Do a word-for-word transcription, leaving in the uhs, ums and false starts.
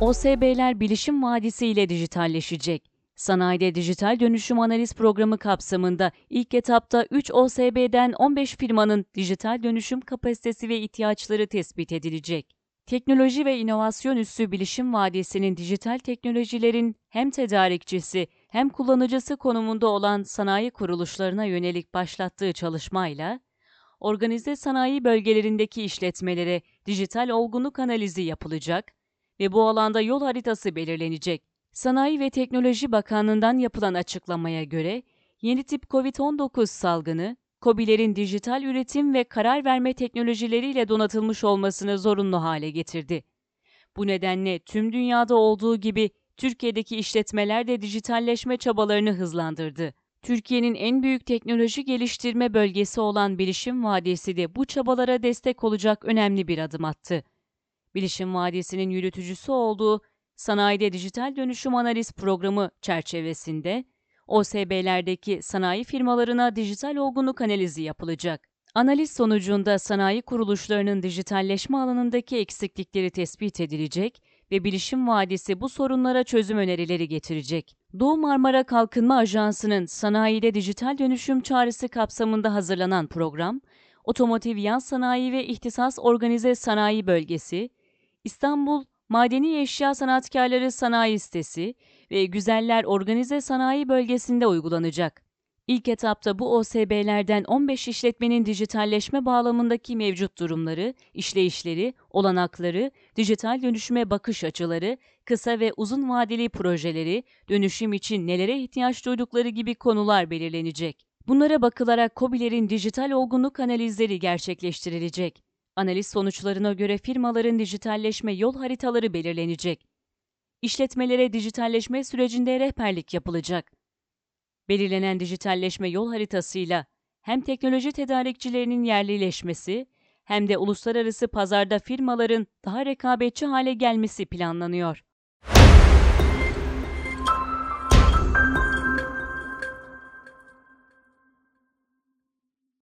O S B'ler bilişim vadisi ile dijitalleşecek. Sanayide Dijital Dönüşüm Analiz Programı kapsamında ilk etapta üç O S B'den on beş firmanın dijital dönüşüm kapasitesi ve ihtiyaçları tespit edilecek. Teknoloji ve inovasyon üssü bilişim vadisinin dijital teknolojilerin hem tedarikçisi hem kullanıcısı konumunda olan sanayi kuruluşlarına yönelik başlattığı çalışmayla, organize sanayi bölgelerindeki işletmelere dijital olgunluk analizi yapılacak ve bu alanda yol haritası belirlenecek. Sanayi ve Teknoloji Bakanlığı'ndan yapılan açıklamaya göre, yeni tip kovid on dokuz salgını, KOBİ'lerin dijital üretim ve karar verme teknolojileriyle donatılmış olmasını zorunlu hale getirdi. Bu nedenle tüm dünyada olduğu gibi Türkiye'deki işletmeler de dijitalleşme çabalarını hızlandırdı. Türkiye'nin en büyük teknoloji geliştirme bölgesi olan Bilişim Vadisi de bu çabalara destek olacak önemli bir adım attı. Bilişim Vadisi'nin yürütücüsü olduğu Sanayide Dijital Dönüşüm Analiz Programı çerçevesinde O S B'lerdeki sanayi firmalarına dijital olgunluk analizi yapılacak. Analiz sonucunda sanayi kuruluşlarının dijitalleşme alanındaki eksiklikleri tespit edilecek ve Bilişim Vadisi bu sorunlara çözüm önerileri getirecek. Doğu Marmara Kalkınma Ajansı'nın sanayide dijital dönüşüm çağrısı kapsamında hazırlanan program, Otomotiv Yan Sanayi ve İhtisas Organize Sanayi Bölgesi, İstanbul Madeni Eşya Sanatkarları Sanayi Sitesi ve Güzeller Organize Sanayi Bölgesi'nde uygulanacak. İlk etapta bu O S B'lerden on beş işletmenin dijitalleşme bağlamındaki mevcut durumları, işleyişleri, olanakları, dijital dönüşüme bakış açıları, kısa ve uzun vadeli projeleri, dönüşüm için nelere ihtiyaç duydukları gibi konular belirlenecek. Bunlara bakılarak KOBİ'lerin dijital olgunluk analizleri gerçekleştirilecek. Analiz sonuçlarına göre firmaların dijitalleşme yol haritaları belirlenecek. İşletmelere dijitalleşme sürecinde rehberlik yapılacak. Belirlenen dijitalleşme yol haritasıyla hem teknoloji tedarikçilerinin yerlileşmesi hem de uluslararası pazarda firmaların daha rekabetçi hale gelmesi planlanıyor.